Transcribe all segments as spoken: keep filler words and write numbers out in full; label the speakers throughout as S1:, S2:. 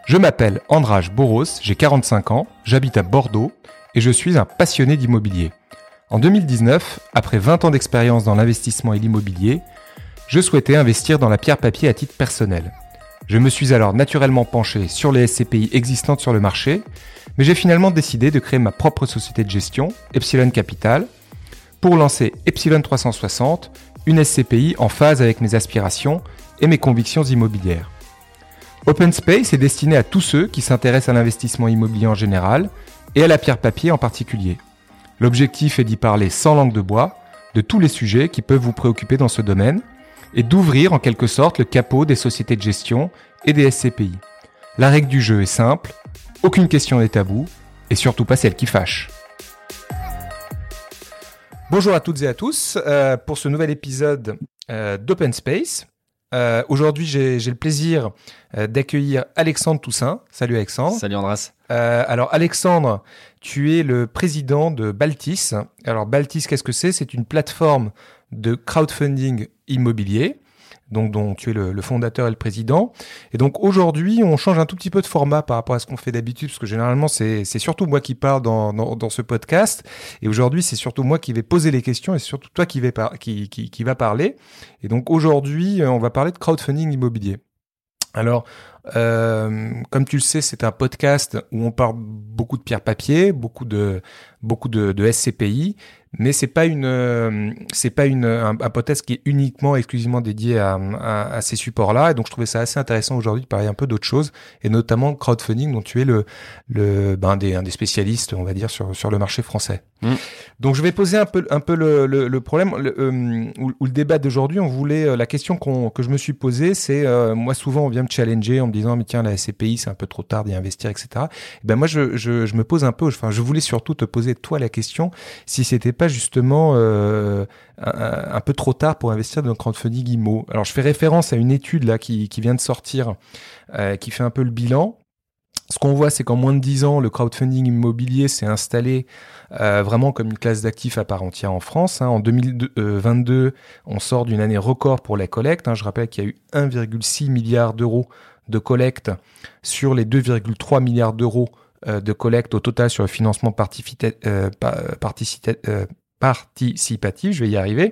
S1: Je m'appelle András Boros, j'ai quarante-cinq ans, j'habite à Bordeaux et je suis un passionné d'immobilier. En deux mille dix-neuf, après vingt ans d'expérience dans l'investissement et l'immobilier, je souhaitais investir dans la pierre papier à titre personnel. Je me suis alors naturellement penché sur les S C P I existantes sur le marché, mais j'ai finalement décidé de créer ma propre société de gestion, Epsilon Capital, pour lancer Epsilon trois cent soixante, une S C P I en phase avec mes aspirations et mes convictions immobilières. Open Space est destiné à tous ceux qui s'intéressent à l'investissement immobilier en général et à la pierre papier en particulier. L'objectif est d'y parler sans langue de bois, de tous les sujets qui peuvent vous préoccuper dans ce domaine, et d'ouvrir en quelque sorte le capot des sociétés de gestion et des S C P I. La règle du jeu est simple, aucune question n'est taboue, et surtout pas celle qui fâche. Bonjour à toutes et à tous euh, pour ce nouvel épisode euh, d'Open Space. Euh, aujourd'hui, j'ai, j'ai le plaisir euh, d'accueillir Alexandre Toussaint. Salut Alexandre.
S2: Salut András.
S1: Euh, alors Alexandre, tu es le président de Baltis. Alors Baltis, qu'est-ce que c'est ? C'est une plateforme de crowdfunding immobilier, donc dont tu es le, le fondateur et le président. Et donc aujourd'hui, on change un tout petit peu de format par rapport à ce qu'on fait d'habitude, parce que généralement, c'est, c'est surtout moi qui parle dans, dans, dans ce podcast. Et aujourd'hui, c'est surtout moi qui vais poser les questions et c'est surtout toi qui, vais par, qui, qui, qui va parler. Et donc aujourd'hui, on va parler de crowdfunding immobilier. Alors, euh, comme tu le sais, c'est un podcast où on parle beaucoup de pierre papier, beaucoup de beaucoup de, de S C P I, mais c'est pas une euh, c'est pas une un, un podcast qui est uniquement exclusivement dédié à, à, à ces supports-là. Et donc, je trouvais ça assez intéressant aujourd'hui de parler un peu d'autres choses, et notamment de crowdfunding, dont tu es le le ben des un des spécialistes, on va dire, sur sur le marché français. Mmh. Donc, je vais poser un peu un peu le le, le problème le, euh, ou, ou le débat d'aujourd'hui. On voulait la question qu'on que je me suis posée, c'est euh, moi souvent on vient me challenger en me disant mais tiens, la S C P I c'est un peu trop tard d'y investir, et cetera. Et ben moi je je je me pose un peu, enfin je voulais surtout te poser toi la question si c'était pas justement euh, un, un peu trop tard pour investir dans le crowdfunding immo. Alors je fais référence à une étude là qui qui vient de sortir, euh, qui fait un peu le bilan. Ce qu'on voit, c'est qu'en moins de dix ans, le crowdfunding immobilier s'est installé euh, vraiment comme une classe d'actifs à part entière en France. Hein. En deux mille vingt-deux, on sort d'une année record pour la collecte. Hein. Je rappelle qu'il y a eu un virgule six milliard d'euros de collecte sur les deux virgule trois milliards d'euros euh, de collecte au total sur le financement participita- euh, participita- euh, participatif. Je vais y arriver.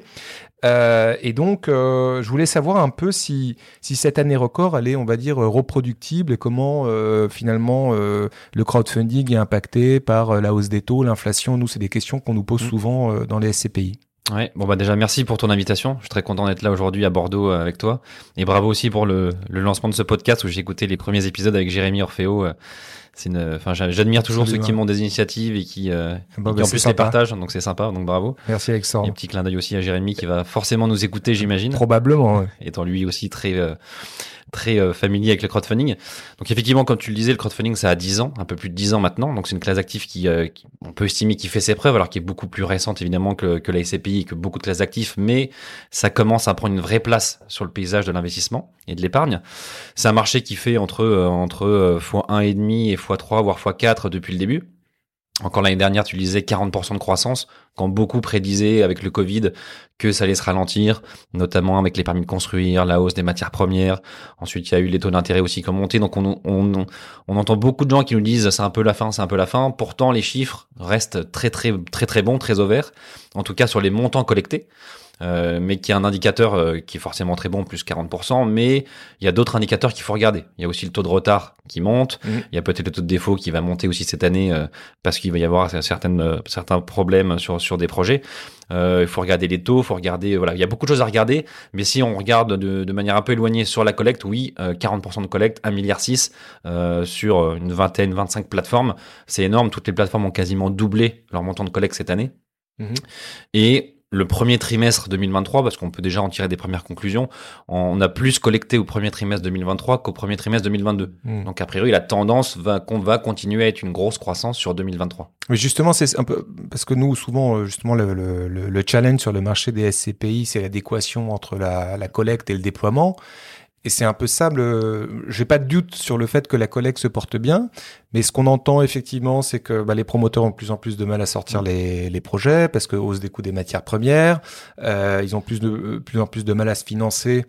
S1: Euh, et donc, euh, je voulais savoir un peu si, si cette année record, elle est, on va dire, reproductible et comment, euh, finalement, euh, le crowdfunding est impacté par euh, la hausse des taux, l'inflation. Nous, c'est des questions qu'on nous pose mmh. souvent euh, dans les S C P I.
S2: Ouais, bon bah déjà merci pour ton invitation. Je suis très content d'être là aujourd'hui à Bordeaux euh, avec toi. Et bravo aussi pour le, le lancement de ce podcast où j'ai écouté les premiers épisodes avec Jérémy Orfeo. Euh, c'est une, enfin j'admire toujours Absolument. Ceux qui montent des initiatives et qui, euh, bon, et qui bah, en plus sympa. Les partagent. Donc c'est sympa. Donc bravo.
S1: Merci Alexandre.
S2: Et un petit clin d'œil aussi à Jérémy qui va forcément nous écouter, j'imagine.
S1: Probablement. Ouais.
S2: Étant lui aussi très euh, très euh, familier avec le crowdfunding. Donc effectivement, comme tu le disais, le crowdfunding ça a dix ans, un peu plus de dix ans maintenant. Donc c'est une classe d'actifs qui, euh, qui on peut estimer qui fait ses preuves, alors qui est beaucoup plus récente évidemment que, que la S C P I et que beaucoup de classes d'actifs, mais ça commence à prendre une vraie place sur le paysage de l'investissement et de l'épargne. C'est un marché qui fait entre euh, entre euh, fois un virgule cinq et fois trois voire fois quatre depuis le début. Encore l'année dernière, tu disais quarante pour cent de croissance, quand beaucoup prédisaient avec le Covid que ça allait se ralentir, notamment avec les permis de construire, la hausse des matières premières. Ensuite, il y a eu les taux d'intérêt aussi qui ont monté. Donc, on, on, on entend beaucoup de gens qui nous disent c'est un peu la fin, c'est un peu la fin. Pourtant, les chiffres restent très, très, très, très bons, très ouverts. En tout cas, sur les montants collectés. Euh, mais qui est un indicateur euh, qui est forcément très bon, plus quarante pour cent, mais il y a d'autres indicateurs qu'il faut regarder. Il y a aussi le taux de retard qui monte, mmh. il y a peut-être le taux de défaut qui va monter aussi cette année euh, parce qu'il va y avoir certaines, euh, certains problèmes sur, sur des projets. Euh, il faut regarder les taux, il faut regarder, voilà, il y a beaucoup de choses à regarder, mais si on regarde de, de manière un peu éloignée sur la collecte, oui, euh, quarante pour cent de collecte, un virgule six milliard euh, sur une vingtaine, vingt-cinq plateformes, c'est énorme. Toutes les plateformes ont quasiment doublé leur montant de collecte cette année. Mmh. Et le premier trimestre deux mille vingt-trois, parce qu'on peut déjà en tirer des premières conclusions, on a plus collecté au premier trimestre deux mille vingt-trois qu'au premier trimestre deux mille vingt-deux. Mmh. Donc, a priori, la tendance va, qu'on va continuer à être une grosse croissance sur deux mille vingt-trois.
S1: Oui, justement, c'est un peu, parce que nous, souvent, justement, le, le, le challenge sur le marché des S C P I, c'est l'adéquation entre la, la collecte et le déploiement. Et c'est un peu ça, le... j'ai pas de doute sur le fait que la collecte se porte bien, mais ce qu'on entend effectivement, c'est que bah, les promoteurs ont de plus en plus de mal à sortir mmh. les, les projets parce que hausse des coûts des matières premières, euh, ils ont plus de plus en plus de mal à se financer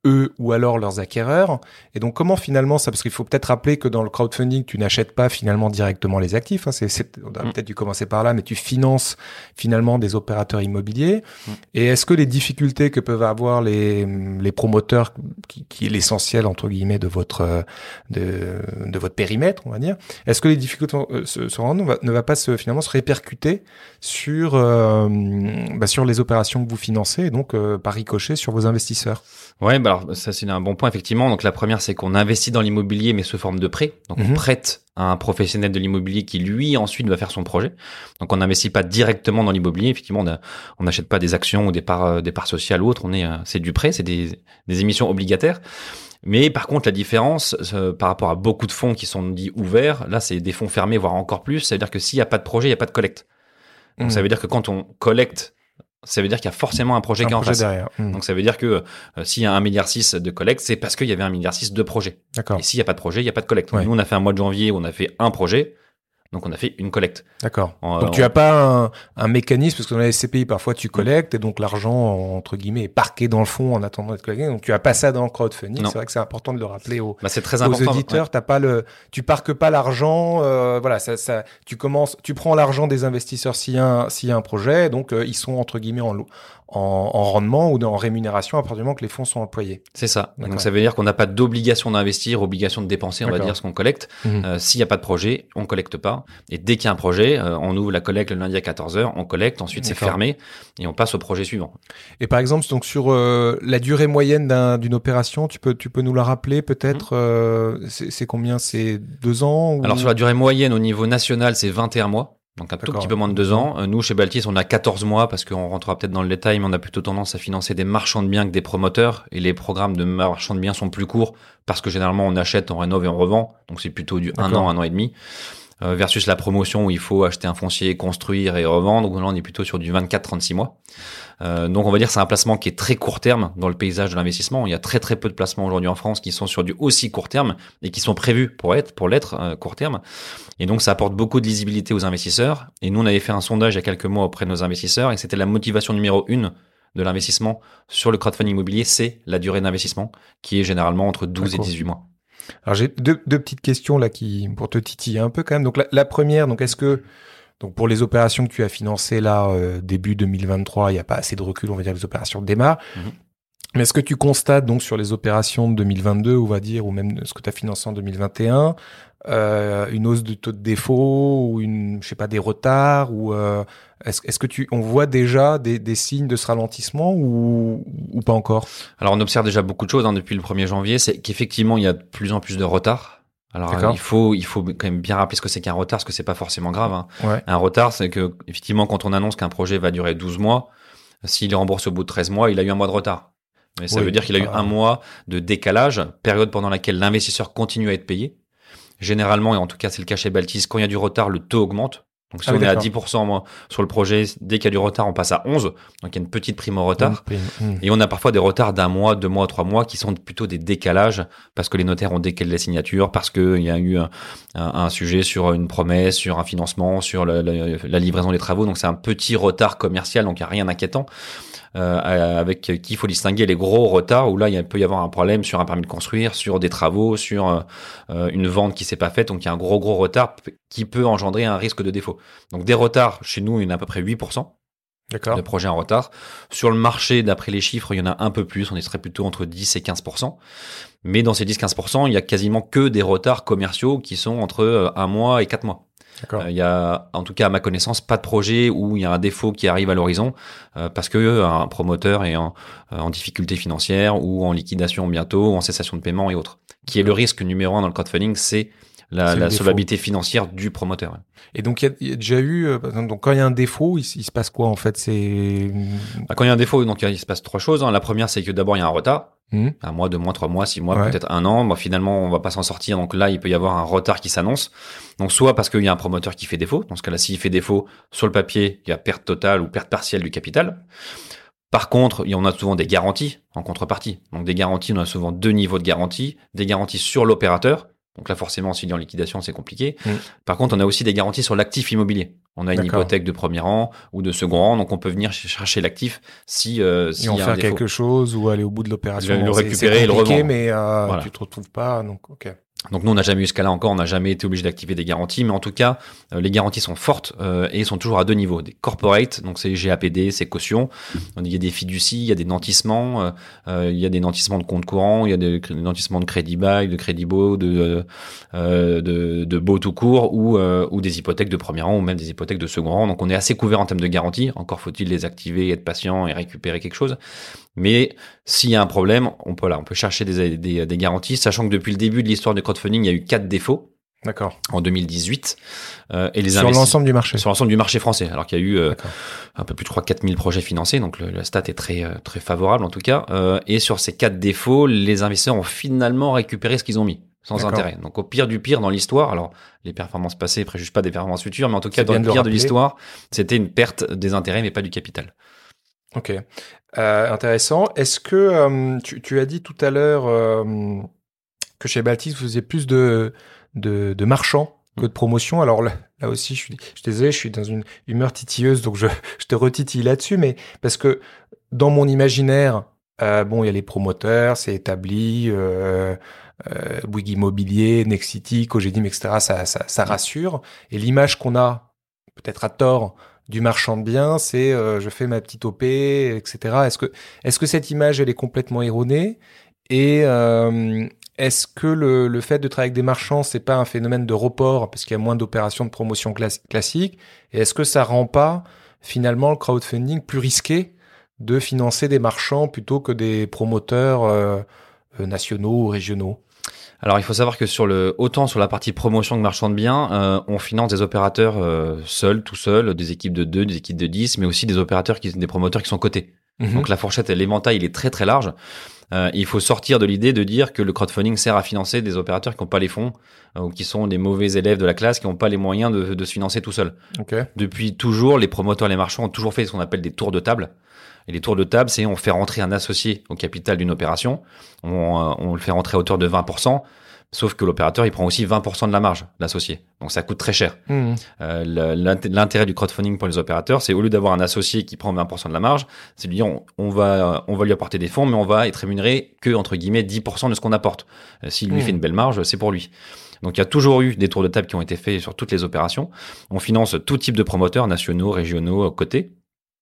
S1: eux ou alors leurs acquéreurs. Et donc, comment finalement ça, parce qu'il faut peut-être rappeler que dans le crowdfunding, tu n'achètes pas finalement directement les actifs. Hein, c'est, c'est, on a peut-être dû commencer par là, mais tu finances finalement des opérateurs immobiliers. Mmh. Et est-ce que les difficultés que peuvent avoir les, les promoteurs, qui, qui est l'essentiel entre guillemets de votre de, de votre périmètre, on va dire, est-ce que les difficultés euh, se, se rendent, ne va pas se, finalement se répercuter sur euh, bah, sur les opérations que vous financez, et donc euh, par ricochet sur vos investisseurs?
S2: Ouais, bah alors ça c'est un bon point effectivement. Donc la première c'est qu'on investit dans l'immobilier mais sous forme de prêt. Donc mmh. on prête à un professionnel de l'immobilier qui lui ensuite va faire son projet. Donc on n'investit pas directement dans l'immobilier. Effectivement, on n'achète pas des actions ou des parts des parts sociales ou autres. On est c'est du prêt, c'est des des émissions obligataires. Mais par contre, la différence euh, par rapport à beaucoup de fonds qui sont dits ouverts, là c'est des fonds fermés voire encore plus. Ça veut dire que s'il y a pas de projet, il y a pas de collecte. Donc mmh. ça veut dire que quand on collecte, ça veut dire qu'il y a forcément un projet un qui est en face. Derrière. Mmh. Donc ça veut dire que euh, s'il y a un milliard six de collecte, c'est parce qu'il y avait un milliard six de projets.
S1: D'accord.
S2: Et s'il y a pas de projet, il y a pas de collecte.
S1: Ouais.
S2: Nous on a fait un mois de janvier où on a fait un projet. Donc, on a fait une collecte.
S1: D'accord.
S2: En,
S1: donc,
S2: on...
S1: tu as pas un, un mécanisme, parce que dans les S C P I, parfois, tu collectes, et donc l'argent, entre guillemets, est parqué dans le fond en attendant d'être collecté. Donc, tu as pas ça dans le crowdfunding. Non. C'est vrai que c'est important de le rappeler aux,
S2: bah, c'est très
S1: aux
S2: important,
S1: auditeurs.
S2: Ouais.
S1: T'as pas le, tu parques pas l'argent, euh, voilà, ça, ça, tu commences, tu prends l'argent des investisseurs s'il y a un, s'il y a un projet, donc, euh, ils sont, entre guillemets, en, en, en rendement ou en rémunération à partir du moment que les fonds sont employés.
S2: C'est ça. D'accord. Donc, ça veut dire qu'on n'a pas d'obligation d'investir, obligation de dépenser, on D'accord. va dire, ce qu'on collecte. Mmh. Euh, s'il y a pas de projet, on collecte pas. Et dès qu'il y a un projet, euh, on ouvre la collecte le lundi à quatorze heures, on collecte, ensuite D'accord. c'est fermé et on passe au projet suivant.
S1: Et par exemple, donc sur euh, la durée moyenne d'un, d'une opération, tu peux tu peux nous la rappeler peut-être mmh. euh, c'est, c'est combien? C'est deux ans ou...
S2: Alors sur la durée moyenne au niveau national, c'est vingt et un mois. Donc un D'accord. tout petit peu moins de deux ans. Nous, chez Baltis, on a quatorze mois parce qu'on rentrera peut-être dans le détail, mais on a plutôt tendance à financer des marchands de biens que des promoteurs. Et les programmes de marchands de biens sont plus courts parce que généralement, on achète, on rénove et on revend. Donc c'est plutôt du D'accord. un an, un an et demi. Euh, versus la promotion où il faut acheter un foncier, construire et revendre. Donc là, on est plutôt sur du vingt-quatre à trente-six mois. Euh, donc on va dire que c'est un placement qui est très court terme dans le paysage de l'investissement. Il y a très très peu de placements aujourd'hui en France qui sont sur du aussi court terme et qui sont prévus pour être pour l'être euh, court terme. Et donc ça apporte beaucoup de lisibilité aux investisseurs. Et nous, on avait fait un sondage il y a quelques mois auprès de nos investisseurs et c'était la motivation numéro une de l'investissement sur le crowdfunding immobilier, c'est la durée d'investissement qui est généralement entre douze D'accord. et dix-huit mois.
S1: Alors j'ai deux, deux petites questions là qui pour te titiller un peu quand même. Donc la, la première, donc est-ce que donc pour les opérations que tu as financées là euh, début deux mille vingt-trois, il n'y a pas assez de recul, on va dire les opérations démarrent. Mmh. Mais est-ce que tu constates donc sur les opérations de deux mille vingt-deux, on va dire, ou même ce que tu as financé en deux mille vingt et un, euh, une hausse du taux de défaut ou une, je sais pas, des retards ou euh, est-ce, est-ce que tu, on voit déjà des, des signes de ce ralentissement ou, ou pas encore?
S2: Alors on observe déjà beaucoup de choses hein, depuis le premier janvier, c'est qu'effectivement il y a de plus en plus de retards. Alors euh, il faut il faut quand même bien rappeler ce que c'est qu'un retard, parce que c'est pas forcément grave. Hein.
S1: Ouais.
S2: Un retard, c'est que effectivement quand on annonce qu'un projet va durer douze mois, s'il est remboursé au bout de treize mois, il a eu un mois de retard. Mais ça oui, veut dire qu'il a eu un mois de décalage, période pendant laquelle l'investisseur continue à être payé. Généralement, et en tout cas c'est le cas chez Baltis, quand il y a du retard, le taux augmente. Donc si ah, on d'accord. est à dix pour cent moi, sur le projet, dès qu'il y a du retard, on passe à onze. Donc il y a une petite prime au retard.
S1: Prime. Mmh.
S2: Et on a parfois des retards d'un mois, deux mois, trois mois qui sont plutôt des décalages parce que les notaires ont décalé les signatures, parce qu'il y a eu un, un, un sujet sur une promesse, sur un financement, sur la, la, la livraison des travaux. Donc c'est un petit retard commercial, donc il n'y a rien d'inquiétant. Euh, avec qui il faut distinguer les gros retards où là il peut y avoir un problème sur un permis de construire, sur des travaux, sur euh, une vente qui s'est pas faite, donc il y a un gros gros retard qui peut engendrer un risque de défaut. Donc des retards chez nous il y en a à peu près huit pour cent.
S1: D'accord.
S2: De projets en retard. Sur le marché, d'après les chiffres, il y en a un peu plus, on serait plutôt entre dix et quinze pour cent. Mais dans ces dix à quinze pour cent, il y a quasiment que des retards commerciaux qui sont entre un mois et quatre mois.
S1: D'accord.
S2: Euh, il y a, en tout cas à ma connaissance, pas de projet où il y a un défaut qui arrive à l'horizon euh, parce que euh, un promoteur est en, euh, en difficulté financière ou en liquidation bientôt, ou en cessation de paiement et autres. Qui est le risque numéro un dans le crowdfunding, c'est la, la solvabilité financière du promoteur.
S1: Et donc il y, y a déjà eu, euh, donc quand il y a un défaut, il, il se passe quoi en fait? C'est
S2: ah, quand il y a un défaut, donc il se passe trois choses. Hein. La première, c'est que d'abord il y a un retard. Mmh. Un mois, deux mois, trois mois, six mois, ouais. peut-être un an. Bon, finalement, on va pas s'en sortir. Donc là, il peut y avoir un retard qui s'annonce. Donc soit parce qu'il y a un promoteur qui fait défaut. Dans ce cas-là, s'il fait défaut, sur le papier, il y a perte totale ou perte partielle du capital. Par contre, on a souvent des garanties en contrepartie. Donc des garanties, on a souvent deux niveaux de garantie. Des garanties sur l'opérateur Donc là, forcément, s'il est en liquidation, c'est compliqué.
S1: Mmh.
S2: Par contre, on a aussi des garanties sur l'actif immobilier. On a une
S1: D'accord.
S2: hypothèque de premier rang ou de second rang, donc on peut venir chercher l'actif si euh, s'il
S1: Et en
S2: y a
S1: faire
S2: un défaut.
S1: quelque chose ou aller au bout de l'opération.
S2: Le- le
S1: Bon, c'est-
S2: récupérer
S1: c'est
S2: et le
S1: compliqué,
S2: revendre.
S1: mais euh,
S2: Voilà.
S1: tu te retrouves pas. Donc, ok.
S2: Donc nous, on n'a jamais eu ce cas-là encore, on n'a jamais été obligé d'activer des garanties, mais en tout cas, euh, les garanties sont fortes euh, et sont toujours à deux niveaux. Des corporate, donc c'est G A P D, c'est caution. Il y a des fiducies, il y a des nantissements, euh, euh, il y a des nantissements de compte courant, il y a des, des nantissements de crédit bail, de crédit beau, de, euh, de, de beau tout court, ou, euh, ou des hypothèques de premier rang, ou même des hypothèques de second rang. Donc on est assez couvert en termes de garanties. Encore faut-il les activer, être patient et récupérer quelque chose. Mais s'il y a un problème, on peut là, on peut chercher des, des, des garanties, sachant que depuis le début de l'histoire du crowdfunding, il y a eu quatre défauts.
S1: D'accord.
S2: En deux mille dix-huit. Euh, et les
S1: Sur
S2: investis-
S1: l'ensemble du marché.
S2: Sur l'ensemble du marché français. Alors qu'il y a eu euh,
S1: D'accord.
S2: un peu plus de trois quatre mille projets financés, donc le, la stat est très, euh, très favorable en tout cas. Euh, et sur ces quatre défauts, les investisseurs ont finalement récupéré ce qu'ils ont mis, sans
S1: D'accord.
S2: intérêt. Donc au pire du pire dans l'histoire, alors les performances passées préjugent pas des performances futures, mais en tout cas
S1: C'est
S2: dans
S1: bien
S2: le
S1: de le
S2: pire de
S1: rappeler.
S2: l'histoire, c'était une perte des intérêts, mais pas du capital.
S1: Ok. Euh, intéressant. Est-ce que euh, tu, tu as dit tout à l'heure euh, que chez Baltis, vous faisiez plus de, de, de marchands que de promotion. Alors là, là aussi, je suis, je suis désolé, je suis dans une humeur titilleuse, donc je, je te retitille là-dessus, mais parce que dans mon imaginaire, euh, bon, il y a les promoteurs, c'est établi, euh, euh, Bouygues Immobilier, Nexity, Cogedim, et cetera. Ça, ça, ça rassure. Et l'image qu'on a, peut-être à tort, du marchand de biens, c'est euh, je fais ma petite O P, et cetera. Est-ce que, est-ce que cette image, elle est complètement erronée? Et euh, est-ce que le, le fait de travailler avec des marchands, c'est pas un phénomène de report parce qu'il y a moins d'opérations de promotion clas- classiques? Et est-ce que ça rend pas finalement le crowdfunding plus risqué de financer des marchands plutôt que des promoteurs euh, euh, nationaux ou régionaux?
S2: Alors, il faut savoir que sur le, autant sur la partie promotion que marchand de biens, euh, on finance des opérateurs euh, seuls, tout seuls, des équipes de deux, des équipes de dix, mais aussi des opérateurs qui, des promoteurs qui sont cotés.
S1: Mmh.
S2: Donc la fourchette, l'éventail, il est très très large. Euh, il faut sortir de l'idée de dire que le crowdfunding sert à financer des opérateurs qui n'ont pas les fonds euh, ou qui sont des mauvais élèves de la classe, qui n'ont pas les moyens de, de se financer tout seuls.
S1: Okay.
S2: Depuis toujours, les promoteurs et les marchands ont toujours fait ce qu'on appelle des tours de table. Et les tours de table, c'est on fait rentrer un associé au capital d'une opération, on, euh, on le fait rentrer à hauteur de vingt pour cent, sauf que l'opérateur, il prend aussi vingt pour cent de la marge, l'associé. Donc ça coûte très cher.
S1: Mmh.
S2: Euh, l'intérêt du crowdfunding pour les opérateurs, c'est au lieu d'avoir un associé qui prend vingt pour cent de la marge, c'est de dire on, on va on va lui apporter des fonds, mais on va être rémunéré que entre guillemets dix pour cent de ce qu'on apporte. Euh, S'il lui
S1: Mmh.
S2: fait une belle marge, c'est pour lui. Donc il y a toujours eu des tours de table qui ont été faits sur toutes les opérations. On finance tout type de promoteurs, nationaux, régionaux, cotés.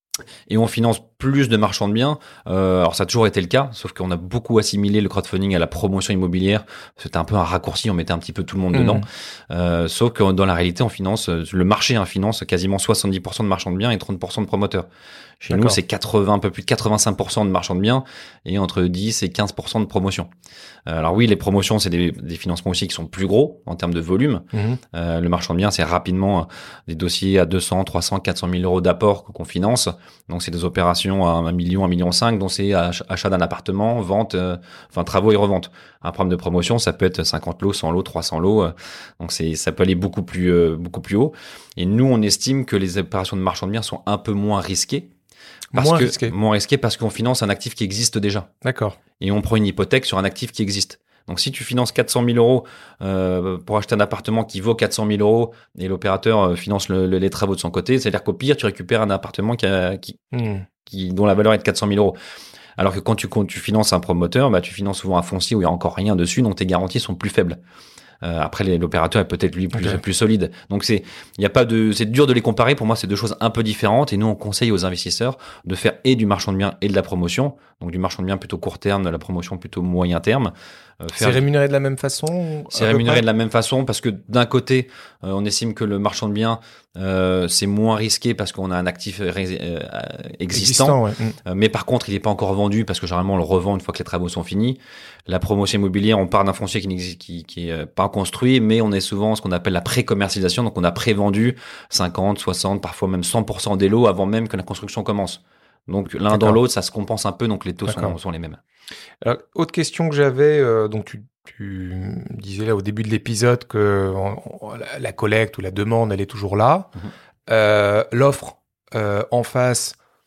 S2: Et on finance plus de marchands de biens. Euh, alors ça a toujours été le cas, sauf qu'on a beaucoup assimilé le crowdfunding à la promotion immobilière. C'était un peu un raccourci, on mettait un petit peu tout le monde
S1: Mmh.
S2: dedans. Euh, sauf que dans la réalité, on finance le marché hein, finance quasiment soixante-dix pour cent de marchands de biens et trente pour cent de promoteurs. Chez
S1: D'accord.
S2: nous, c'est quatre-vingts, un peu plus de quatre-vingt-cinq pour cent de marchands de biens et entre dix et quinze pour cent de promotion. Euh, alors oui, les promotions, c'est des, des financements aussi qui sont plus gros en termes de volume.
S1: Mmh.
S2: Euh, le marchand de biens, c'est rapidement des dossiers à deux cents, trois cents, quatre cent mille euros d'apport qu'on finance. Donc c'est des opérations à un million, un million cinq, dont c'est ach- achat d'un appartement, vente, euh, enfin travaux et revente. Un programme de promotion, ça peut être cinquante lots, cent lots, trois cents lots. euh, donc c'est, ça peut aller beaucoup plus, euh, beaucoup plus haut. Et nous, on estime que les opérations de marchand de biens sont un peu moins risquées. Parce
S1: Moins
S2: que,
S1: risqué.
S2: Moins risquées parce qu'on finance un actif qui existe déjà.
S1: D'accord.
S2: Et on prend une hypothèque sur un actif qui existe. Donc, si tu finances quatre cent mille euros euh, pour acheter un appartement qui vaut quatre cent mille euros et l'opérateur euh, finance le, le, les travaux de son côté, c'est-à-dire qu'au pire, tu récupères un appartement qui, a, qui,
S1: Mmh.
S2: qui, dont la valeur est de quatre cent mille euros. Alors que quand tu, quand tu finances un promoteur, bah, tu finances souvent un foncier où il n'y a encore rien dessus, donc tes garanties sont plus faibles. Euh, après, les, l'opérateur est peut-être lui plus,
S1: Okay.
S2: plus solide. Donc, c'est, il y a pas de, c'est dur de les comparer. Pour moi, c'est deux choses un peu différentes. Et nous, on conseille aux investisseurs de faire et du marchand de biens et de la promotion. Donc, du marchand de biens plutôt court terme, de la promotion plutôt moyen terme. Euh, faire-
S1: C'est rémunéré de la même façon?
S2: c'est rémunéré de la même façon parce que d'un côté, euh, on estime que le marchand de biens, euh, c'est moins risqué parce qu'on a un actif euh, ré- euh, existant.
S1: Existant, ouais. Mmh.
S2: Euh, mais par contre, il n'est pas encore vendu parce que généralement, on le revend une fois que les travaux sont finis. La promotion immobilière, on part d'un foncier qui n'existe, qui, qui est euh, pas construit, mais on est souvent ce qu'on appelle la pré-commercialisation. Donc, on a pré-vendu cinquante, soixante, parfois même cent pour cent des lots avant même que la construction commence. Donc, l'un
S1: D'accord.
S2: dans l'autre, ça se compense un peu. Donc, les taux sont,
S1: D'accord.
S2: sont les mêmes.
S1: Alors, autre question que j'avais, euh, donc tu, tu disais là au début de l'épisode que on- on- la, la collecte ou la demande, elle est toujours là.
S2: Mhm.
S1: Euh, l'offre euh, en face,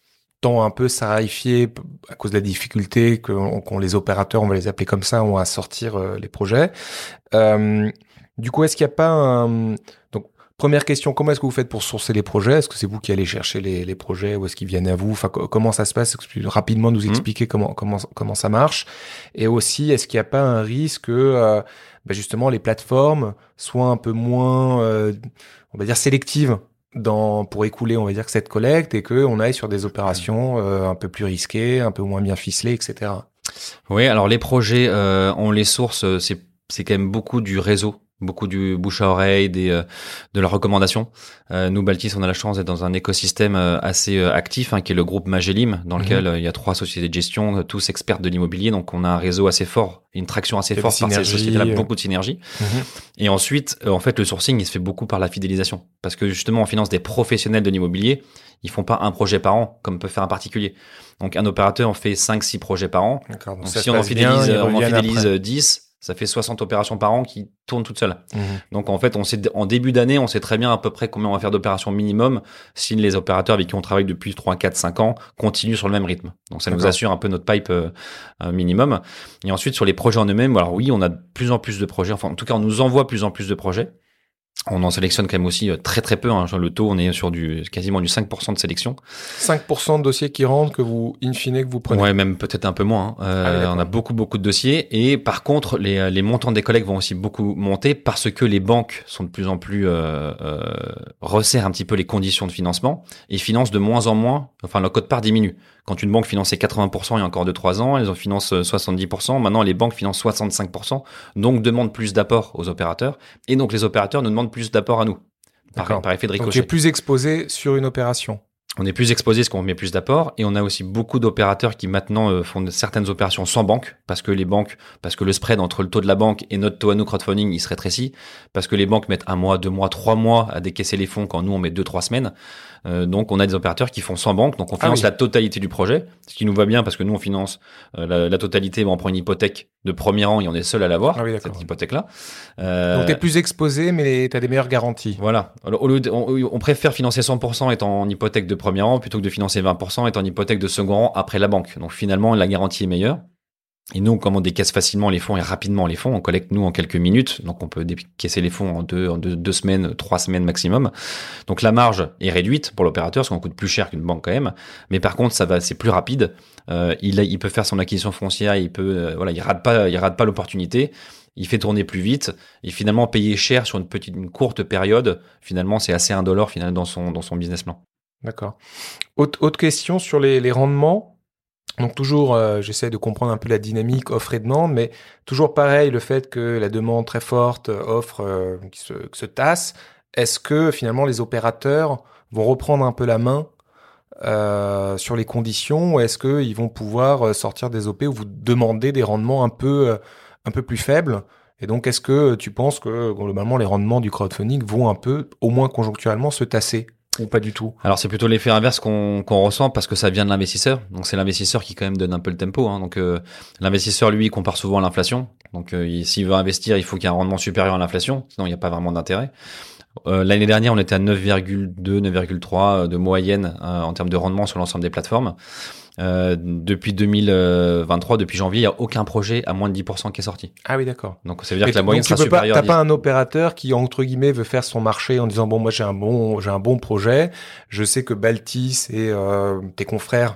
S1: tend un peu s'arifier à cause de la difficulté qu'ont qu'ont les opérateurs, on va les appeler comme ça, ont à sortir euh, les projets. Euh, du coup, est-ce qu'il n'y a pas un... Donc, première question, comment est-ce que vous faites pour sourcer les projets? Est-ce que c'est vous qui allez chercher les, les projets ou est-ce qu'ils viennent à vous? Enfin, co- comment ça se passe? Est-ce que tu peux rapidement nous expliquer mmh. comment, comment, comment ça marche? Et aussi, est-ce qu'il n'y a pas un risque que euh, bah justement les plateformes soient un peu moins, euh, on va dire, sélectives dans, pour écouler, on va dire, que cette collecte et qu'on aille sur des opérations euh, un peu plus risquées, un peu moins bien ficelées, et cetera.
S2: Oui, alors les projets, euh, on les source, c'est, c'est quand même beaucoup du réseau. Beaucoup du bouche à oreille, des, euh, de la recommandation. Euh, nous, Baltis, on a la chance d'être dans un écosystème euh, assez euh, actif, hein, qui est le groupe Magelim, dans mmh. lequel euh, il y a trois sociétés de gestion, euh, tous experts de l'immobilier. Donc, on a un réseau assez fort, une traction assez forte par ces sociétés-là, euh... beaucoup de synergie. Mmh. Et ensuite, euh, en fait, le sourcing, il se fait beaucoup par la fidélisation. Parce que justement, on finance des professionnels de l'immobilier. Ils font pas un projet par an, comme peut faire un particulier. Donc, un opérateur, on fait cinq six projets par an.
S1: D'accord, donc
S2: donc
S1: ça
S2: si on en fidélise,
S1: bien,
S2: on en fidélise dix, ça fait soixante opérations par an qui tournent toutes seules. Mmh. Donc en fait, on sait en début d'année, on sait très bien à peu près combien on va faire d'opérations minimum si les opérateurs avec qui on travaille depuis trois, quatre, cinq ans continuent sur le même rythme. Donc ça D'accord. nous assure un peu notre pipe euh, minimum. Et ensuite sur les projets en eux-mêmes, alors oui, on a de plus en plus de projets. Enfin en tout cas, on nous envoie plus en plus de projets. On en sélectionne quand même aussi très très peu. Hein. Le taux, on est sur du quasiment du cinq pour cent de sélection.
S1: cinq pour cent de dossiers qui rentrent que vous, in fine, que vous prenez.
S2: Ouais, même peut-être un peu moins. Hein. Euh, ah, on a beaucoup beaucoup de dossiers et par contre, les les montants des collègues vont aussi beaucoup monter parce que les banques sont de plus en plus euh, euh, resserrent un petit peu les conditions de financement et financent de moins en moins. Enfin, leur quote-part diminue. Quand une banque finançait quatre-vingts pour cent il y a encore deux trois ans, elles en financent soixante-dix pour cent. Maintenant, les banques financent soixante-cinq pour cent, donc demandent plus d'apport aux opérateurs. Et donc, les opérateurs nous demandent plus d'apport à nous, par, par effet de ricochet.
S1: Donc, tu es plus exposé sur une opération.
S2: On est plus exposé parce qu'on met plus d'apport et on a aussi beaucoup d'opérateurs qui maintenant euh, font de certaines opérations sans banque parce que les banques, parce que le spread entre le taux de la banque et notre taux à nous crowdfunding, il se rétrécit parce que les banques mettent un mois, deux mois, trois mois à décaisser les fonds quand nous on met deux, trois semaines. Euh, donc on a des opérateurs qui font sans banque, donc on finance ah oui. la totalité du projet, ce qui nous va bien parce que nous on finance euh, la, la totalité, mais on prend une hypothèque de premier rang et on est seul à l'avoir, ah oui, cette hypothèque-là.
S1: Euh, donc t'es plus exposé, mais t'as des meilleures garanties.
S2: Voilà. Alors, au lieu de, on, on préfère financer cent pour cent étant en hypothèque de premier rang plutôt que de financer vingt pour cent étant en hypothèque de second rang après la banque. Donc finalement la garantie est meilleure. Et nous, comme on décaisse facilement les fonds et rapidement les fonds, on collecte nous en quelques minutes, donc on peut décaisser les fonds en deux, en deux, deux semaines, trois semaines maximum. Donc la marge est réduite pour l'opérateur, parce qu'on coûte plus cher qu'une banque quand même. Mais par contre, ça va, c'est plus rapide. Euh, il, il peut faire son acquisition foncière, il peut, euh, voilà, il rate pas, il rate pas l'opportunité. Il fait tourner plus vite et finalement payer cher sur une petite, une courte période. Finalement, c'est assez indolore finalement dans son dans son business plan.
S1: D'accord. Autre, autre question sur les, les rendements. Donc toujours, euh, j'essaie de comprendre un peu la dynamique offre et demande, mais toujours pareil, le fait que la demande très forte, offre euh, qui se, qui se tasse, est-ce que finalement les opérateurs vont reprendre un peu la main euh, sur les conditions ou est-ce qu'ils vont pouvoir sortir des O P ou vous demander des rendements un peu, euh, un peu plus faibles? Et donc, est-ce que tu penses que globalement les rendements du crowdfunding vont un peu, au moins conjoncturellement, se tasser? Ou pas du tout?
S2: Alors c'est plutôt l'effet inverse qu'on qu'on ressent parce que ça vient de l'investisseur. Donc c'est l'investisseur qui quand même donne un peu le tempo. Hein. Donc euh, l'investisseur lui il compare souvent à l'inflation. Donc euh, il, s'il veut investir, il faut qu'il y ait un rendement supérieur à l'inflation. Sinon il n'y a pas vraiment d'intérêt. Euh, l'année dernière on était à neuf virgule deux, neuf virgule trois de moyenne euh, en termes de rendement sur l'ensemble des plateformes. Euh, depuis deux mille vingt-trois, depuis janvier, il n'y a aucun projet à moins de dix pour cent qui est sorti.
S1: Ah oui, d'accord.
S2: Donc ça veut dire
S1: Mais
S2: que la moyenne sera supérieure.
S1: Tu n'as pas un opérateur qui, entre guillemets, veut faire son marché en disant, bon, moi j'ai un bon, j'ai un bon projet, je sais que Baltis et euh, tes confrères,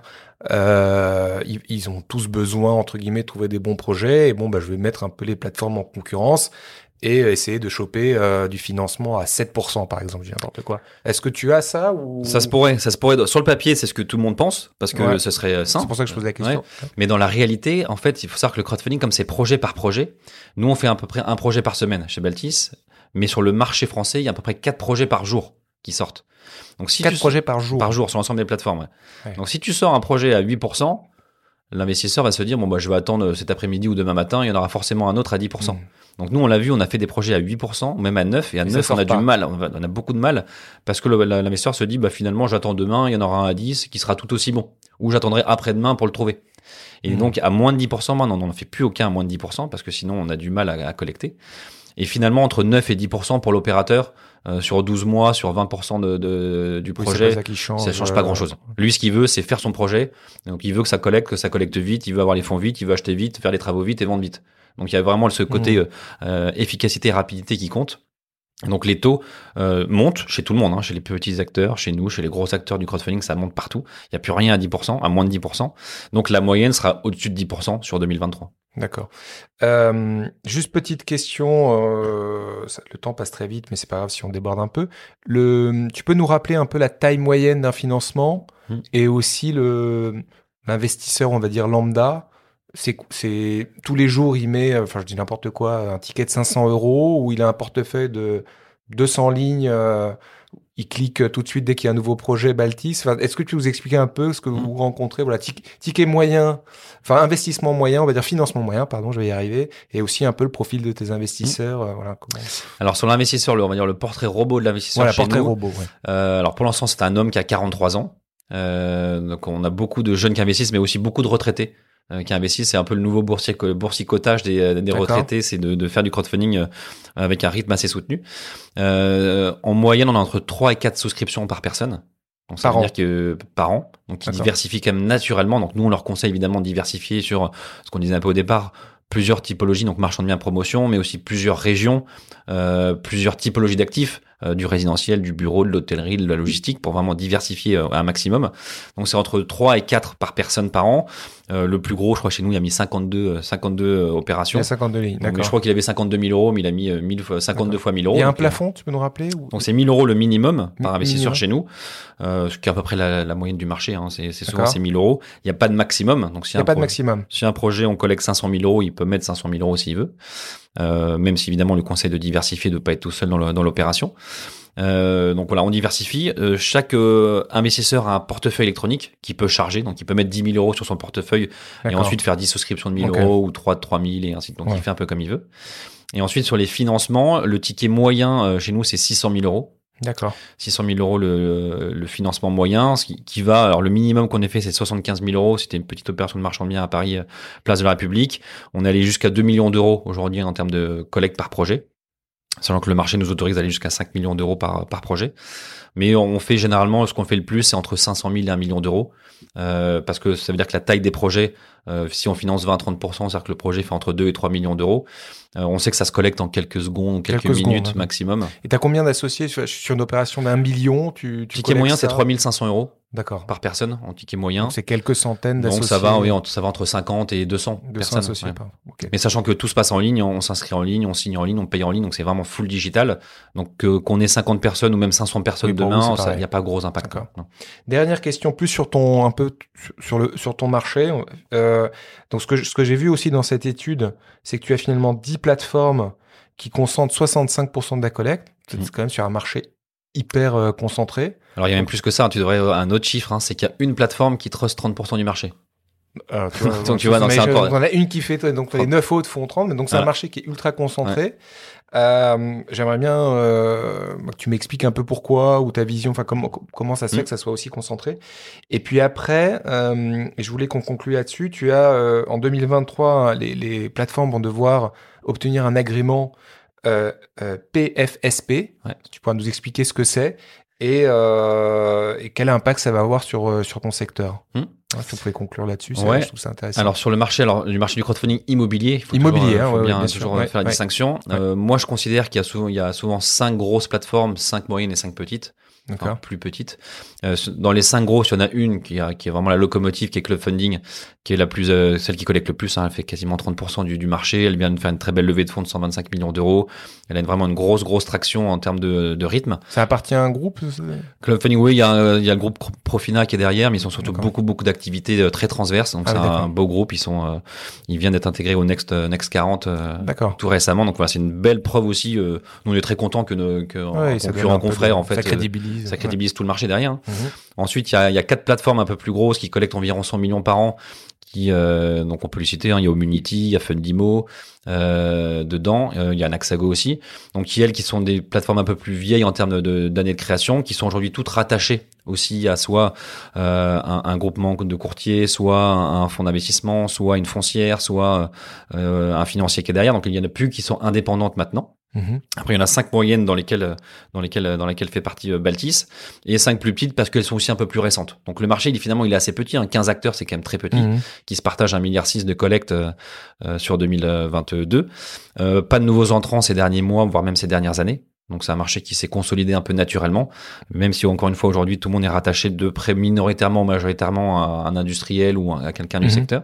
S1: euh, ils, ils ont tous besoin, entre guillemets, de trouver des bons projets, et bon, bah, je vais mettre un peu les plateformes en concurrence et essayer de choper euh, du financement à sept pour cent par exemple, j'ai n'importe quoi. Est-ce que tu as ça ou
S2: ça se pourrait, ça se pourrait sur le papier, c'est ce que tout le monde pense parce que ouais. ce serait simple.
S1: C'est pour ça que je pose la question.
S2: Ouais. Mais dans la réalité, en fait, il faut savoir que le crowdfunding comme c'est projet par projet, nous on fait à peu près un projet par semaine chez Baltis, mais sur le marché français, il y a à peu près quatre projets par jour qui sortent.
S1: Donc si quatre projets par jour
S2: par jour sur l'ensemble des plateformes. Ouais. Ouais. Donc si tu sors un projet à huit pour cent, l'investisseur va se dire bon bah je vais attendre cet après-midi ou demain matin, il y en aura forcément un autre à dix pour cent. Mmh. Donc nous on l'a vu, on a fait des projets à huit pour cent, même à neuf et à et neuf on a pas. du mal, on a beaucoup de mal parce que le, l'investisseur se dit bah finalement j'attends demain, il y en aura un à dix qui sera tout aussi bon ou j'attendrai après-demain pour le trouver. Et mmh. donc à moins de dix pour cent maintenant on n'en fait plus aucun à moins de dix pour cent parce que sinon on a du mal à, à collecter. Et finalement, entre neuf et dix pour cent pour l'opérateur, euh, sur douze mois, sur vingt pour cent de, de, du
S1: Oui,
S2: projet,
S1: ça, qui change,
S2: ça change pas
S1: euh...
S2: grand-chose. Lui, ce qu'il veut, c'est faire son projet. Donc, il veut que ça collecte, que ça collecte vite, il veut avoir les fonds vite, il veut acheter vite, faire les travaux vite et vendre vite. Donc, il y a vraiment ce côté mmh. euh, efficacité et rapidité qui compte. Donc les taux euh, montent chez tout le monde, hein, chez les petits acteurs, chez nous, chez les gros acteurs du crowdfunding, ça monte partout. Il n'y a plus rien à dix pour cent, à moins de dix pour cent. Donc la moyenne sera au-dessus de dix pour cent sur deux mille vingt-trois.
S1: D'accord. Euh, juste petite question, euh, ça, le temps passe très vite, mais c'est pas grave si on déborde un peu. Le, tu peux nous rappeler un peu la taille moyenne d'un financement mmh. et aussi le l'investisseur, on va dire lambda. C'est, c'est tous les jours, il met, enfin je dis n'importe quoi, un ticket de cinq cents euros ou il a un portefeuille de deux cents lignes, euh, il clique tout de suite dès qu'il y a un nouveau projet Baltis. Enfin, est-ce que tu peux nous expliquer un peu ce que vous mmh. rencontrez, voilà, tic, ticket moyen, enfin investissement moyen, on va dire financement moyen, pardon, je vais y arriver, et aussi un peu le profil de tes investisseurs, mmh. euh, voilà. Comment...
S2: Alors sur l'investisseur, le, on va dire le portrait robot de l'investisseur.
S1: Voilà,
S2: chez
S1: portrait
S2: nous,
S1: robot. Ouais.
S2: Euh, alors pour l'instant, c'est un homme qui a quarante-trois ans. Euh, donc on a beaucoup de jeunes qui investissent, mais aussi beaucoup de retraités. Euh, qui investissent, c'est un peu le nouveau boursier, boursicotage des, des retraités, c'est de, de faire du crowdfunding euh, avec un rythme assez soutenu. Euh, en moyenne, on a entre trois et quatre souscriptions par personne. Donc ça
S1: par
S2: veut
S1: an.
S2: dire que par an, donc ils diversifient quand même naturellement. Donc nous, on leur conseille évidemment de diversifier sur ce qu'on disait un peu au départ, plusieurs typologies, donc marchand de biens, promotion, mais aussi plusieurs régions, euh, plusieurs typologies d'actifs. Euh, du résidentiel, du bureau, de l'hôtellerie, de la logistique, pour vraiment diversifier euh, un maximum. Donc c'est entre trois et quatre par personne par an. Euh, le plus gros, je crois chez nous, il a mis cinquante-deux, cinquante-deux opérations.
S1: Il y a cinquante-deux lignes, d'accord.
S2: Donc, je crois qu'il avait cinquante-deux mille euros, mais il a mis mille, cinquante-deux d'accord. fois mille euros.
S1: Il y a un
S2: donc,
S1: plafond, tu peux nous rappeler ou...
S2: Donc c'est mille euros le minimum par
S1: Mi-
S2: investisseur
S1: minimum.
S2: chez nous, euh, ce qui est à peu près la, la moyenne du marché. Hein. C'est, c'est souvent
S1: D'accord.
S2: c'est mille euros. Il n'y a pas de maximum. Donc si
S1: Il n'y a
S2: un
S1: pas de
S2: pro-
S1: maximum.
S2: Si un projet, on collecte cinq cent mille euros, il peut mettre cinq cent mille euros s'il veut. Euh, même si évidemment on lui conseille de diversifier, de ne pas être tout seul dans, le, dans l'opération. Euh, donc voilà, on diversifie. Euh, chaque euh, investisseur a un portefeuille électronique qui peut charger, donc il peut mettre dix mille euros sur son portefeuille
S1: D'accord.
S2: et ensuite faire dix souscriptions de mille
S1: Okay.
S2: euros ou trois de trois mille et ainsi de suite. Donc
S1: Ouais.
S2: il fait un peu comme il veut. Et ensuite sur les financements, le ticket moyen euh, chez nous c'est six cent mille euros.
S1: D'accord.
S2: six cent mille euros le, le financement moyen, ce qui, qui va, alors le minimum qu'on ait fait c'est soixante-quinze mille euros, c'était une petite opération de marchand de biens à Paris, place de la République. On est allé jusqu'à deux millions d'euros aujourd'hui en termes de collecte par projet. Sachant que le marché nous autorise d'aller jusqu'à cinq millions d'euros par, par projet. Mais on fait généralement, ce qu'on fait le plus, c'est entre cinq cent mille et un million d'euros. Euh, parce que ça veut dire que la taille des projets, euh, si on finance vingt à trente pour cent, c'est-à-dire que le projet fait entre deux et trois millions d'euros. Euh, on sait que ça se collecte en quelques secondes, quelques,
S1: Quelques
S2: minutes
S1: secondes, ouais.
S2: maximum.
S1: Et t'as combien d'associés sur, sur une opération d'un million tu, tu
S2: Ticket moyen, c'est
S1: ça
S2: trois mille cinq cents euros
S1: D'accord.
S2: par personne en ticket moyen.
S1: Donc c'est quelques centaines
S2: Donc
S1: d'associés.
S2: ça va, oui, ça va entre cinquante et deux cents
S1: deux cents
S2: personnes.
S1: associés,
S2: Ouais.
S1: pardon. Okay.
S2: Mais sachant que tout se passe en ligne, on s'inscrit en ligne, on signe en ligne, on paye en ligne, donc c'est vraiment full digital. Donc euh, qu'on ait cinquante personnes ou même cinq cents personnes
S1: Oui, pour
S2: demain,
S1: vous, c'est
S2: il n'y a pas gros impact.
S1: D'accord.
S2: Non.
S1: Dernière question, plus sur ton un peu sur le sur ton marché. Euh, donc ce que ce que j'ai vu aussi dans cette étude, c'est que tu as finalement dix plateformes qui concentrent soixante-cinq pour cent de la collecte. C'est
S2: Mmh.
S1: quand même sur un marché hyper euh, concentré.
S2: Alors il y a même plus que ça, hein, tu devrais avoir un autre chiffre, hein, c'est qu'il y a une plateforme qui trust trente pour cent du marché.
S1: Alors, tu vois,
S2: Donc tu vois, non, c'est encore...
S1: On en a une qui fait, donc les neuf autres font trente, mais donc c'est
S2: Voilà.
S1: un marché qui est ultra concentré. Ouais. Euh, j'aimerais bien euh, que tu m'expliques un peu pourquoi ou ta vision, enfin comment comment ça se fait mmh. que ça soit aussi concentré. Et puis après, euh, je voulais qu'on conclue là-dessus. Tu as euh, en deux mille vingt-trois, les, les plateformes vont devoir obtenir un agrément euh, euh, P F S P. Ouais. Tu pourras nous expliquer ce que c'est et, euh, et quel impact ça va avoir sur sur ton secteur. Mmh. Ouais, si vous pouvez conclure là-dessus, c'est,
S2: ouais.
S1: je trouve ça intéressant.
S2: Alors sur le marché, alors du marché du crowdfording immobilier, il faut
S1: immobilier,
S2: toujours,
S1: hein,
S2: faut
S1: ouais,
S2: bien,
S1: bien
S2: toujours
S1: sûr,
S2: faire
S1: ouais,
S2: la
S1: ouais.
S2: distinction.
S1: Ouais.
S2: Euh, moi, je considère qu'il y a souvent, il y a souvent cinq grosses plateformes, cinq moyennes et cinq petites. Enfin, plus petites. Euh, dans les cinq grosses, il y en a une qui, a, qui est vraiment la locomotive, qui est Clubfunding, qui est la plus, euh, celle qui collecte le plus. Hein, elle fait quasiment trente pour cent du, du marché. Elle vient de faire une très belle levée de fonds de cent vingt-cinq millions d'euros. Elle a une, vraiment une grosse, grosse traction en termes de, de rythme.
S1: Ça appartient à un groupe
S2: Clubfunding, oui, il y a, il y a le groupe Profina qui est derrière, mais ils ont surtout d'accord. beaucoup, beaucoup d'activités très transverses. Donc ah, c'est d'accord. un beau groupe. Ils sont, euh, ils viennent d'être intégrés au Next, Next quarante euh, tout récemment. Donc voilà, c'est une belle preuve aussi. Euh, nous, on est très contents que, nos, que ouais, en concurrent confrère, en fait,
S1: ça crédibilise,
S2: euh, ça crédibilise ouais. tout le marché derrière. Mmh. Ensuite, il y a, il y a quatre plateformes un peu plus grosses qui collectent environ cent millions par an. Qui, euh, donc on peut les citer, hein, il y a Omunity, il y a Fundimo euh, dedans, euh, il y a Naxago aussi. Donc qui elles qui sont des plateformes un peu plus vieilles en termes de, d'années de création, qui sont aujourd'hui toutes rattachées aussi à soit euh, un, un groupement de courtiers, soit un fonds d'investissement, soit une foncière, soit euh, un financier qui est derrière. Donc il y en a plus qui sont indépendantes maintenant.
S1: Mmh.
S2: Après, il y en a cinq moyennes dans lesquelles, dans lesquelles, dans lesquelles fait partie euh, Baltis, et cinq plus petites parce qu'elles sont aussi un peu plus récentes. Donc le marché, il, finalement, il est assez petit. Hein. quinze acteurs, c'est quand même très petit,
S1: Mmh.
S2: qui se partagent un virgule six milliard de collecte euh, euh, sur deux mille vingt-deux. Euh, pas de nouveaux entrants ces derniers mois, voire même ces dernières années. Donc c'est un marché qui s'est consolidé un peu naturellement, même si encore une fois aujourd'hui tout le monde est rattaché de près minoritairement ou majoritairement à un industriel ou à quelqu'un du
S1: Mmh.
S2: secteur.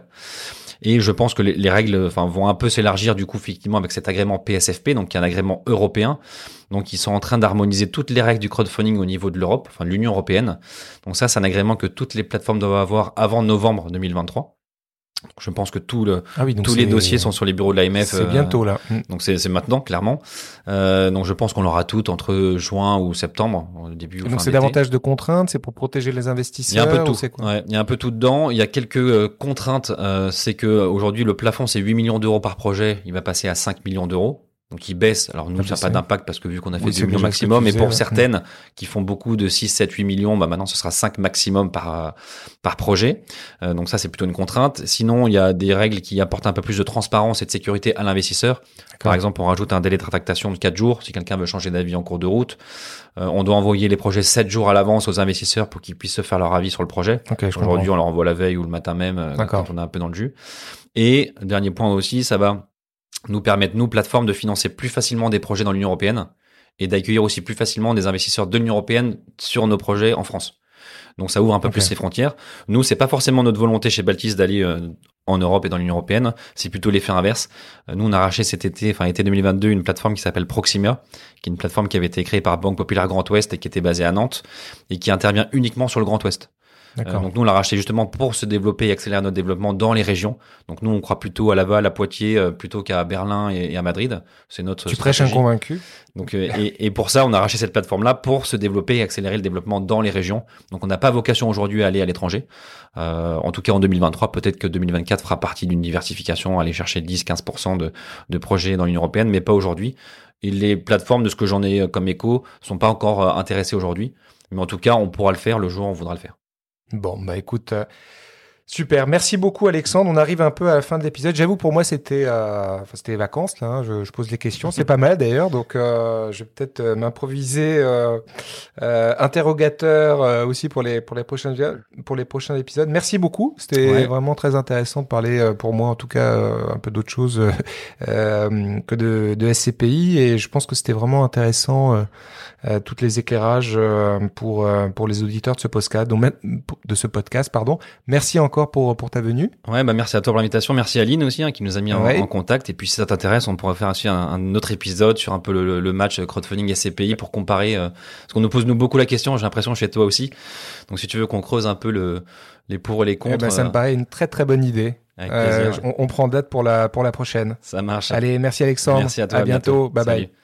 S2: Et je pense que les, les règles, enfin, vont un peu s'élargir du coup effectivement avec cet agrément P S F P, donc qui est un agrément européen. Donc ils sont en train d'harmoniser toutes les règles du crowdfunding au niveau de l'Europe, enfin de l'Union européenne. Donc ça, c'est un agrément que toutes les plateformes doivent avoir avant novembre deux mille vingt-trois. Je pense que tout le,
S1: Ah oui, donc
S2: tous les
S1: c'est-
S2: dossiers sont sur les bureaux de l'A M F.
S1: C'est
S2: euh,
S1: bientôt là. Mm.
S2: Donc c'est c'est maintenant, clairement. Euh, donc je pense qu'on l'aura toutes entre juin ou septembre, au début ou
S1: Et
S2: fin
S1: donc c'est
S2: d'été.
S1: davantage de contraintes, c'est pour protéger les
S2: Il y a
S1: investisseurs.
S2: un peu de
S1: ou
S2: tout.
S1: c'est quoi?
S2: Ouais, il y a un peu tout dedans. Il y a quelques euh, contraintes. Euh, c'est que euh, aujourd'hui le plafond c'est huit millions d'euros par projet. Il va passer à cinq millions d'euros. Donc il baisse. Alors nous,
S1: Ah,
S2: ça n'a
S1: bah,
S2: pas
S1: c'est-
S2: d'impact parce que vu qu'on a fait
S1: Oui,
S2: deux
S1: c'est
S2: millions
S1: déjà ce que
S2: maximum,
S1: tu
S2: et
S1: faisais,
S2: pour
S1: ouais.
S2: certaines qui font beaucoup de six, sept, huit millions, bah maintenant ce sera cinq maximum par euh, par projet. Euh, donc ça c'est plutôt une contrainte. Sinon, il y a des règles qui apportent un peu plus de transparence et de sécurité à l'investisseur. Par exemple, on rajoute un délai de rétractation de quatre jours si quelqu'un veut changer d'avis en cours de route. Euh, on doit envoyer les projets sept jours à l'avance aux investisseurs pour qu'ils puissent se faire leur avis sur le projet.
S1: Ok, je
S2: Aujourd'hui,
S1: comprends.
S2: on leur envoie la veille ou le matin même euh,
S1: D'accord.
S2: quand on est un peu dans le jus. Et dernier point aussi, ça va nous permettre, nous, plateformes, de financer plus facilement des projets dans l'Union européenne et d'accueillir aussi plus facilement des investisseurs de l'Union européenne sur nos projets en France. Donc ça ouvre un peu
S1: Ok.
S2: plus les frontières. Nous, c'est pas forcément notre volonté chez Baltis d'aller euh, en Europe et dans l'Union européenne, c'est plutôt l'effet inverse. Euh, nous, on a racheté cet été, enfin été deux mille vingt-deux, une plateforme qui s'appelle Proximia, qui est une plateforme qui avait été créée par Banque Populaire Grand Ouest et qui était basée à Nantes et qui intervient uniquement sur le Grand Ouest. Euh,
S1: D'accord.
S2: donc nous, on l'a racheté justement pour se développer et accélérer notre développement dans les régions. Donc nous, on croit plutôt à Laval, à Poitiers, euh, plutôt qu'à Berlin et, et à Madrid. C'est notre
S1: Tu prêches un
S2: stratégie.
S1: convaincu.
S2: Donc, euh, et, et pour ça, on a racheté cette plateforme-là pour se développer et accélérer le développement dans les régions. Donc on n'a pas vocation aujourd'hui à aller à l'étranger. Euh, en tout cas en deux mille vingt-trois, peut-être que deux mille vingt-quatre fera partie d'une diversification, aller chercher dix à quinze pour cent de, de projets dans l'Union européenne, mais pas aujourd'hui. Et les plateformes, de ce que j'en ai comme écho, sont pas encore euh, intéressées aujourd'hui. Mais en tout cas, on pourra le faire le jour où on voudra le faire.
S1: Bon, bah écoute, euh, super. Merci beaucoup, Alexandre. On arrive un peu à la fin de l'épisode. J'avoue, pour moi, c'était euh, enfin, c'était les vacances, là. Hein. Je, je pose les questions. C'est pas mal, d'ailleurs. Donc, euh, je vais peut-être euh, m'improviser euh, euh, interrogateur euh, aussi pour les, pour, les prochains, pour les prochains épisodes. Merci beaucoup. C'était
S2: Ouais.
S1: vraiment très intéressant de parler, euh, pour moi, en tout cas, euh, un peu d'autre chose euh, euh, que de, de S C P I. Et je pense que c'était vraiment intéressant, euh, euh, tous les éclairages euh, pour, euh, pour les auditeurs de ce podcast. Donc, de ce podcast, pardon. Merci encore pour, pour ta venue.
S2: Ouais, bah merci à toi pour l'invitation. Merci à Aline aussi, hein, qui nous a mis en,
S1: Ouais.
S2: en contact. Et puis, si ça t'intéresse, on pourrait faire aussi un, un autre épisode sur un peu le, le match crowdfunding S C P I pour comparer, euh, parce qu'on nous pose nous beaucoup la question, j'ai l'impression chez toi aussi. Donc, si tu veux qu'on creuse un peu le, les pour et les
S1: Eh
S2: contre.
S1: ben, ça
S2: euh,
S1: me paraît une très très bonne idée.
S2: avec
S1: Euh,
S2: plaisir.
S1: on, on prend date pour la, pour la prochaine.
S2: Ça marche.
S1: Allez, merci Alexandre.
S2: Merci à toi.
S1: À bientôt. Bye bye.
S2: Salut.